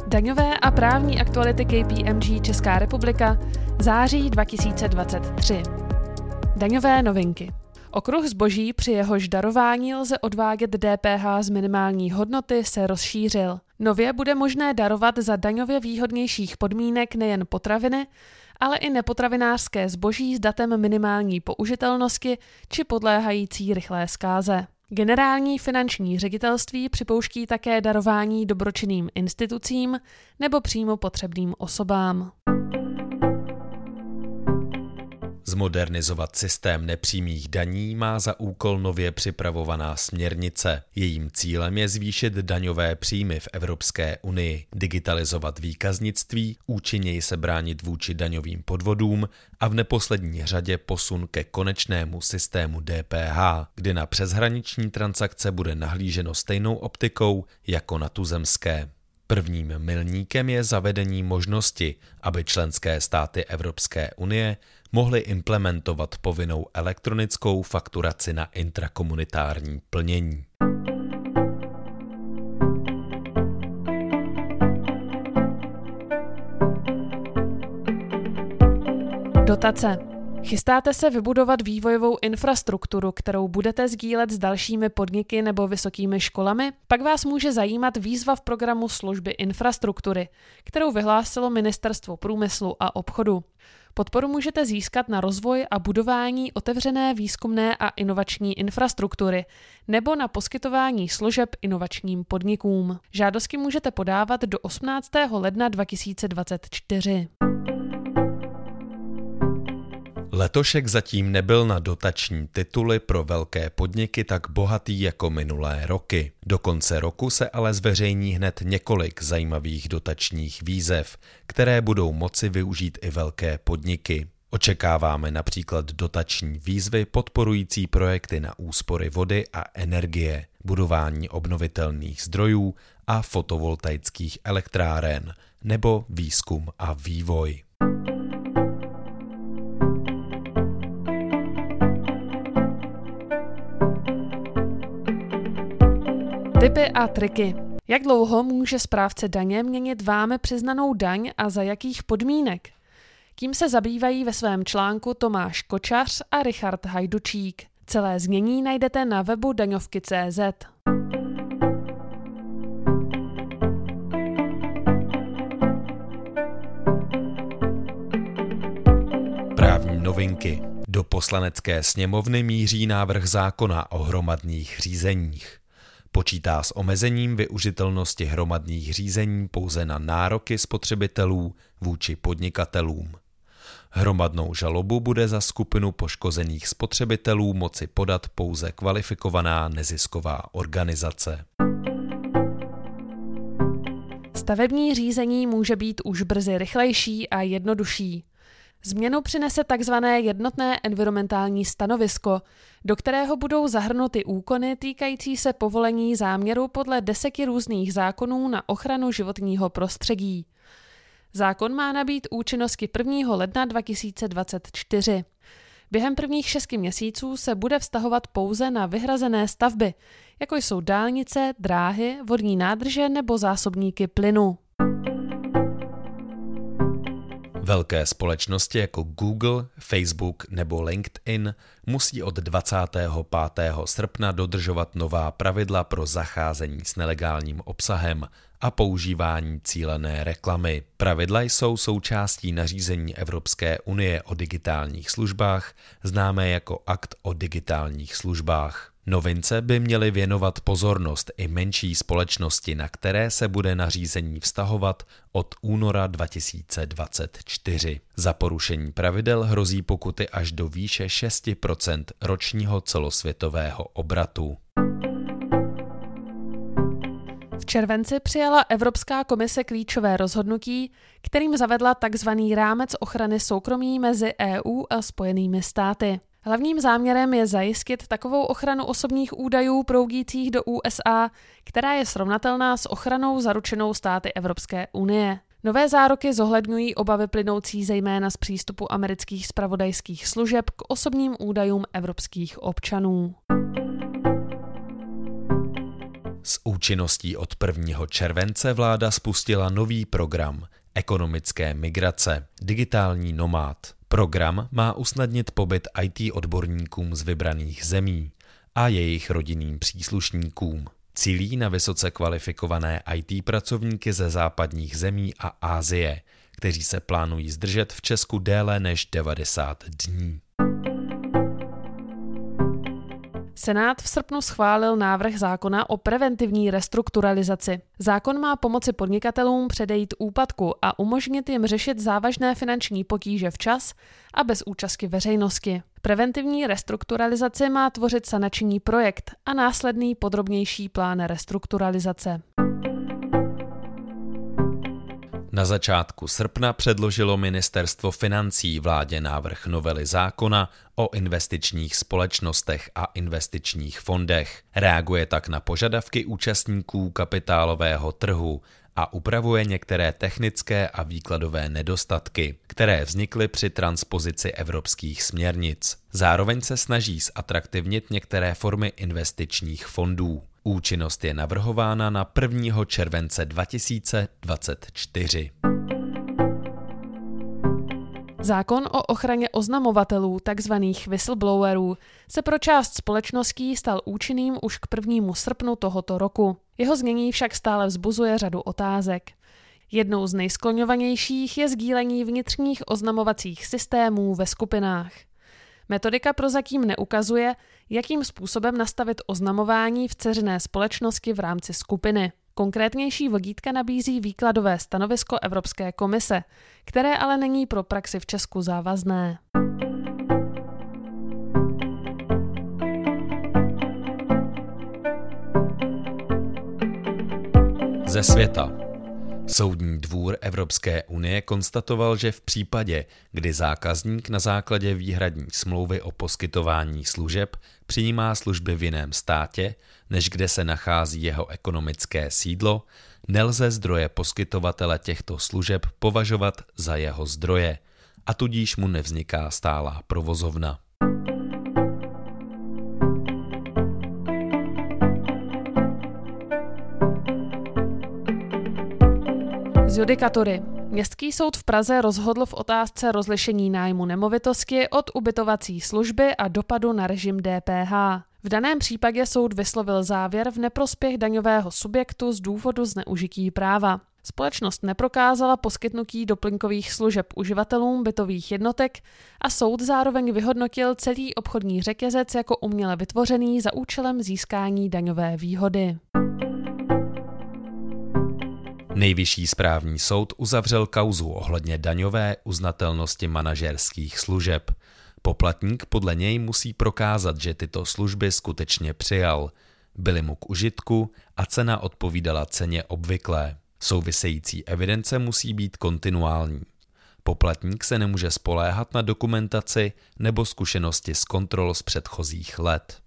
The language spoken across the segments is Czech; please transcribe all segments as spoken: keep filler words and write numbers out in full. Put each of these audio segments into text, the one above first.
Daňové a právní aktuality K P M G Česká republika, září dva tisíce dvacet tři. Daňové novinky. Okruh zboží, při jehož darování lze odvádět D P H z minimální hodnoty, se rozšířil. Nově bude možné darovat za daňově výhodnějších podmínek nejen potraviny, ale i nepotravinářské zboží s datem minimální použitelnosti či podléhající rychlé zkáze. Generální finanční ředitelství připouští také darování dobročinným institucím nebo přímo potřebným osobám. Zmodernizovat systém nepřímých daní má za úkol nově připravovaná směrnice. Jejím cílem je zvýšit daňové příjmy v Evropské unii, digitalizovat výkaznictví, účinněji se bránit vůči daňovým podvodům a v neposlední řadě posun ke konečnému systému D P H, kdy na přeshraniční transakce bude nahlíženo stejnou optikou jako na tuzemské. Prvním milníkem je zavedení možnosti, aby členské státy Evropské unie mohly implementovat povinnou elektronickou fakturaci na intrakomunitární plnění. Dotace. Chystáte se vybudovat vývojovou infrastrukturu, kterou budete sdílet s dalšími podniky nebo vysokými školami? Pak vás může zajímat výzva v programu služby infrastruktury, kterou vyhlásilo Ministerstvo průmyslu a obchodu. Podporu můžete získat na rozvoj a budování otevřené výzkumné a inovační infrastruktury nebo na poskytování služeb inovačním podnikům. Žádosti můžete podávat do osmnáctého ledna dva tisíce dvacet čtyři. Letošek zatím nebyl na dotační tituly pro velké podniky tak bohatý jako minulé roky. Do konce roku se ale zveřejní hned několik zajímavých dotačních výzev, které budou moci využít i velké podniky. Očekáváme například dotační výzvy podporující projekty na úspory vody a energie, budování obnovitelných zdrojů a fotovoltaických elektráren nebo výzkum a vývoj. Tipy a triky. Jak dlouho může správce daně měnit vámi přiznanou daň a za jakých podmínek? Tím se zabývají ve svém článku Tomáš Kočař a Richard Hajdučík. Celé znění najdete na webu daňovky tečka cé zet. Právní novinky. Do Poslanecké sněmovny míří návrh zákona o hromadných řízeních. Počítá s omezením využitelnosti hromadných řízení pouze na nároky spotřebitelů vůči podnikatelům. Hromadnou žalobu bude za skupinu poškozených spotřebitelů moci podat pouze kvalifikovaná nezisková organizace. Stavební řízení může být už brzy rychlejší a jednodušší. Změnu přinese tzv. Jednotné environmentální stanovisko, do kterého budou zahrnuty úkony týkající se povolení záměru podle deseti různých zákonů na ochranu životního prostředí. Zákon má nabýt účinnosti prvního ledna dva tisíce dvacet čtyři. Během prvních šesti měsíců se bude vztahovat pouze na vyhrazené stavby, jako jsou dálnice, dráhy, vodní nádrže nebo zásobníky plynu. Velké společnosti jako Google, Facebook nebo LinkedIn musí od dvacátého pátého srpna dodržovat nová pravidla pro zacházení s nelegálním obsahem a používání cílené reklamy. Pravidla jsou součástí nařízení Evropské unie o digitálních službách, známé jako Akt o digitálních službách. Novince by měly věnovat pozornost i menší společnosti, na které se bude nařízení vztahovat od února dva tisíce dvacet čtyři. Za porušení pravidel hrozí pokuty až do výše šest procent ročního celosvětového obratu. V červenci přijala Evropská komise klíčové rozhodnutí, kterým zavedla tzv. Rámec ochrany soukromí mezi E U a Spojenými státy. Hlavním záměrem je zajistit takovou ochranu osobních údajů proudících do U S A, která je srovnatelná s ochranou zaručenou státy Evropské unie. Nové záruky zohledňují obavy plynoucí zejména z přístupu amerických zpravodajských služeb k osobním údajům evropských občanů. S účinností od prvního července vláda spustila nový program ekonomické migrace, digitální nomád. Program má usnadnit pobyt í té odborníkům z vybraných zemí a jejich rodinným příslušníkům. Cílí na vysoce kvalifikované í té pracovníky ze západních zemí a Asie, kteří se plánují zdržet v Česku déle než devadesát dní. Senát v srpnu schválil návrh zákona o preventivní restrukturalizaci. Zákon má pomoci podnikatelům předejít úpadku a umožnit jim řešit závažné finanční potíže včas a bez účasti veřejnosti. Preventivní restrukturalizaci má tvořit sanační projekt a následný podrobnější plán restrukturalizace. Na začátku srpna předložilo Ministerstvo financí vládě návrh novely zákona o investičních společnostech a investičních fondech. Reaguje tak na požadavky účastníků kapitálového trhu a upravuje některé technické a výkladové nedostatky, které vznikly při transpozici evropských směrnic. Zároveň se snaží zatraktivnit některé formy investičních fondů. Účinnost je navrhována na prvního července dva tisíce dvacet čtyři. Zákon o ochraně oznamovatelů, takzvaných whistleblowerů, se pro část společností stal účinným už k prvnímu srpnu tohoto roku. Jeho znění však stále vzbuzuje řadu otázek. Jednou z nejskloňovanějších je sdílení vnitřních oznamovacích systémů ve skupinách. Metodika prozatím neukazuje, jakým způsobem nastavit oznamování v dceřiné společnosti v rámci skupiny. Konkrétnější vodítka nabízí výkladové stanovisko Evropské komise, které ale není pro praxi v Česku závazné. Ze světa. Soudní dvůr Evropské unie konstatoval, že v případě, kdy zákazník na základě výhradní smlouvy o poskytování služeb přijímá služby v jiném státě, než kde se nachází jeho ekonomické sídlo, nelze zdroje poskytovatele těchto služeb považovat za jeho zdroje a tudíž mu nevzniká stálá provozovna. Z judikatury. Městský soud v Praze rozhodl v otázce rozlišení nájmu nemovitosti od ubytovací služby a dopadu na režim D P H. V daném případě soud vyslovil závěr v neprospěch daňového subjektu z důvodu zneužití práva. Společnost neprokázala poskytnutí doplňkových služeb uživatelům bytových jednotek a soud zároveň vyhodnotil celý obchodní řetězec jako uměle vytvořený za účelem získání daňové výhody. Nejvyšší správní soud uzavřel kauzu ohledně daňové uznatelnosti manažerských služeb. Poplatník podle něj musí prokázat, že tyto služby skutečně přijal, byly mu k užitku a cena odpovídala ceně obvyklé. Související evidence musí být kontinuální. Poplatník se nemůže spoléhat na dokumentaci nebo zkušenosti z kontrol z předchozích let.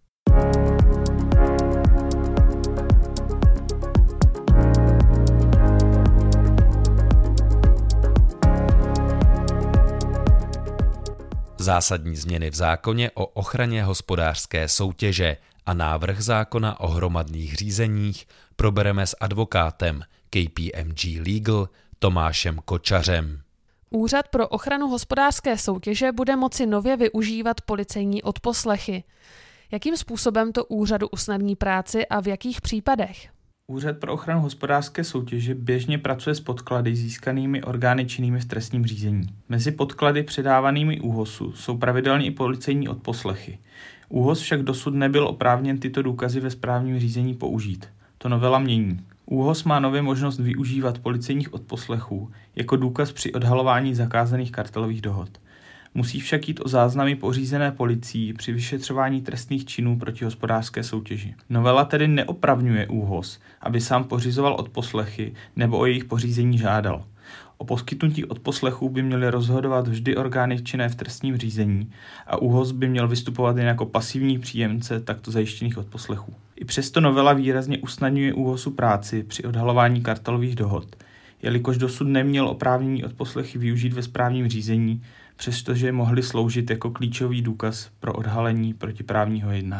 Zásadní změny v zákoně o ochraně hospodářské soutěže a návrh zákona o hromadných řízeních probereme s advokátem K P M G Legal Tomášem Kočařem. Úřad pro ochranu hospodářské soutěže bude moci nově využívat policejní odposlechy. Jakým způsobem to úřadu usnadní práci a v jakých případech? Úřad pro ochranu hospodářské soutěže běžně pracuje s podklady získanými orgány činnými v trestním řízení. Mezi podklady předávanými ÚOHSu jsou pravidelně i policejní odposlechy. ÚOHS však dosud nebyl oprávněn tyto důkazy ve správním řízení použít. To novela mění. ÚOHS má nově možnost využívat policejních odposlechů jako důkaz při odhalování zakázaných kartelových dohod. Musí však jít o záznamy pořízené policií při vyšetřování trestných činů proti hospodářské soutěži. Novela tedy neopravňuje ÚOHS, aby sám pořizoval odposlechy nebo o jejich pořízení žádal. O poskytnutí odposlechů by měly rozhodovat vždy orgány činné v trestním řízení a ÚOHS by měl vystupovat jen jako pasivní příjemce takto zajištěných odposlechů. I přesto novela výrazně usnadňuje ÚOHSu práci při odhalování kartelových dohod, jelikož dosud neměl oprávnění odposlechy využít ve správním řízení, přestože mohly sloužit jako klíčový důkaz pro odhalení protiprávního jednání.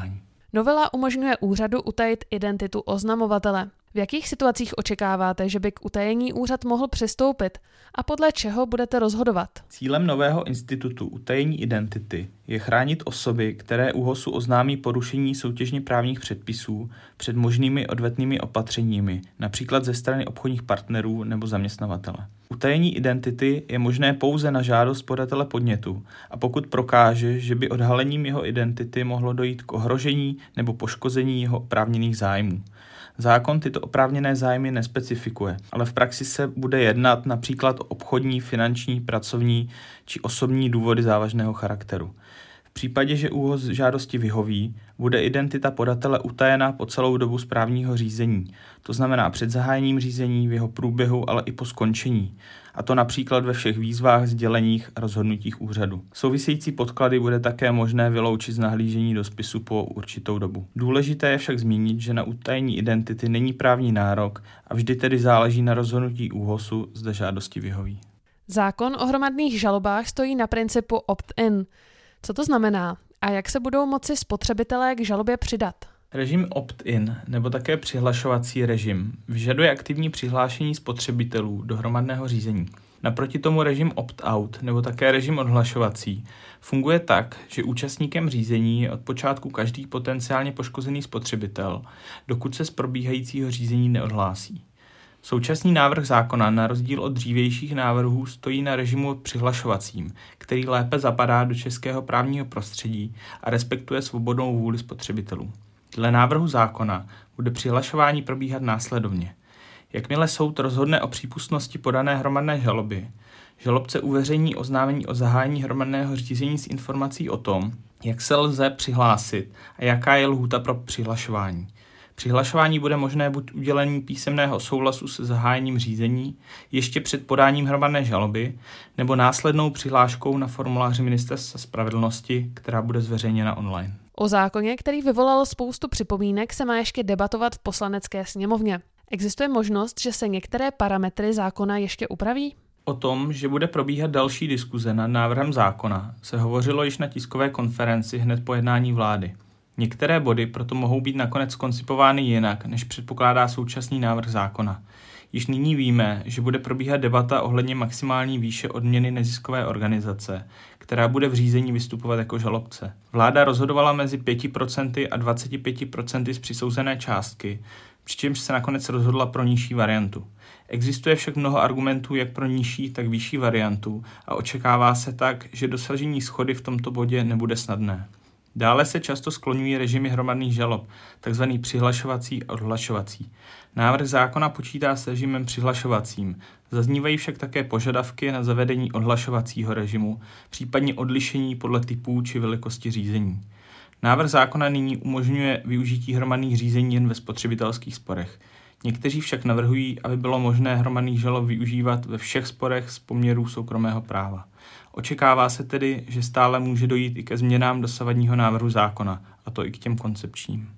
Novela umožňuje úřadu utajit identitu oznamovatele. V jakých situacích očekáváte, že by k utajení úřad mohl přistoupit a podle čeho budete rozhodovat? Cílem nového institutu utajení identity je chránit osoby, které ÚOHSu oznámí porušení soutěžně právních předpisů před možnými odvetnými opatřeními, například ze strany obchodních partnerů nebo zaměstnavatele. Utajení identity je možné pouze na žádost podatele podnětu a pokud prokáže, že by odhalením jeho identity mohlo dojít k ohrožení nebo poškození jeho oprávněných zájmů. Zákon tyto oprávněné zájmy nespecifikuje, ale v praxi se bude jednat například o obchodní, finanční, pracovní či osobní důvody závažného charakteru. V případě, že ÚOHS žádosti vyhoví, bude identita podatele utajena po celou dobu správního řízení, to znamená před zahájením řízení, v jeho průběhu, ale i po skončení, a to například ve všech výzvách, sděleních a rozhodnutích úřadu. Související podklady bude také možné vyloučit z nahlížení do spisu po určitou dobu. Důležité je však zmínit, že na utajení identity není právní nárok a vždy tedy záleží na rozhodnutí ÚOHSu, zda žádosti vyhoví. Zákon o hromadných žalobách stojí na principu opt-in. Co to znamená a jak se budou moci spotřebitelé k žalobě přidat? Režim opt-in, nebo také přihlašovací režim, vyžaduje aktivní přihlášení spotřebitelů do hromadného řízení. Naproti tomu režim opt-out, nebo také režim odhlašovací, funguje tak, že účastníkem řízení je od počátku každý potenciálně poškozený spotřebitel, dokud se z probíhajícího řízení neodhlásí. Současný návrh zákona na rozdíl od dřívějších návrhů stojí na režimu přihlašovacím, který lépe zapadá do českého právního prostředí a respektuje svobodnou vůli spotřebitelů. Dle návrhu zákona bude přihlašování probíhat následovně. Jakmile soud rozhodne o přípustnosti podané hromadné žaloby, žalobce uveřejní oznámení o zahájení hromadného řízení s informací o tom, jak se lze přihlásit a jaká je lhůta pro přihlašování. Přihlašování bude možné buď udělení písemného souhlasu se zahájením řízení ještě před podáním hromadné žaloby, nebo následnou přihláškou na formuláři Ministerstva spravedlnosti, která bude zveřejněna online. O zákoně, který vyvolal spoustu připomínek, se má ještě debatovat v Poslanecké sněmovně. Existuje možnost, že se některé parametry zákona ještě upraví? O tom, že bude probíhat další diskuze nad návrhem zákona, se hovořilo již na tiskové konferenci hned po jednání vlády. Některé body proto mohou být nakonec koncipovány jinak, než předpokládá současný návrh zákona. Již nyní víme, že bude probíhat debata ohledně maximální výše odměny neziskové organizace, která bude v řízení vystupovat jako žalobce. Vláda rozhodovala mezi pěti procenty a dvaceti pěti procenty z přisouzené částky, přičemž se nakonec rozhodla pro nižší variantu. Existuje však mnoho argumentů jak pro nižší, tak vyšší variantu a očekává se tak, že dosažení shody v tomto bodě nebude snadné. Dále se často skloňují režimy hromadných žalob, takzvaný přihlašovací a odhlašovací. Návrh zákona počítá s režimem přihlašovacím, zaznívají však také požadavky na zavedení odhlašovacího režimu, případně odlišení podle typů či velikosti řízení. Návrh zákona nyní umožňuje využití hromadných řízení jen ve spotřebitelských sporech. Někteří však navrhují, aby bylo možné hromadných žalob využívat ve všech sporech z poměrů soukromého práva. Očekává se tedy, že stále může dojít i ke změnám dosavadního návrhu zákona, a to i k těm koncepčním.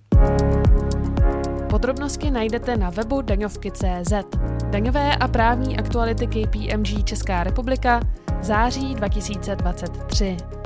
Podrobnosti najdete na webu daňovky tečka cé zet. Daňové a právní aktuality K P M G Česká republika, září dva tisíce dvacet tři.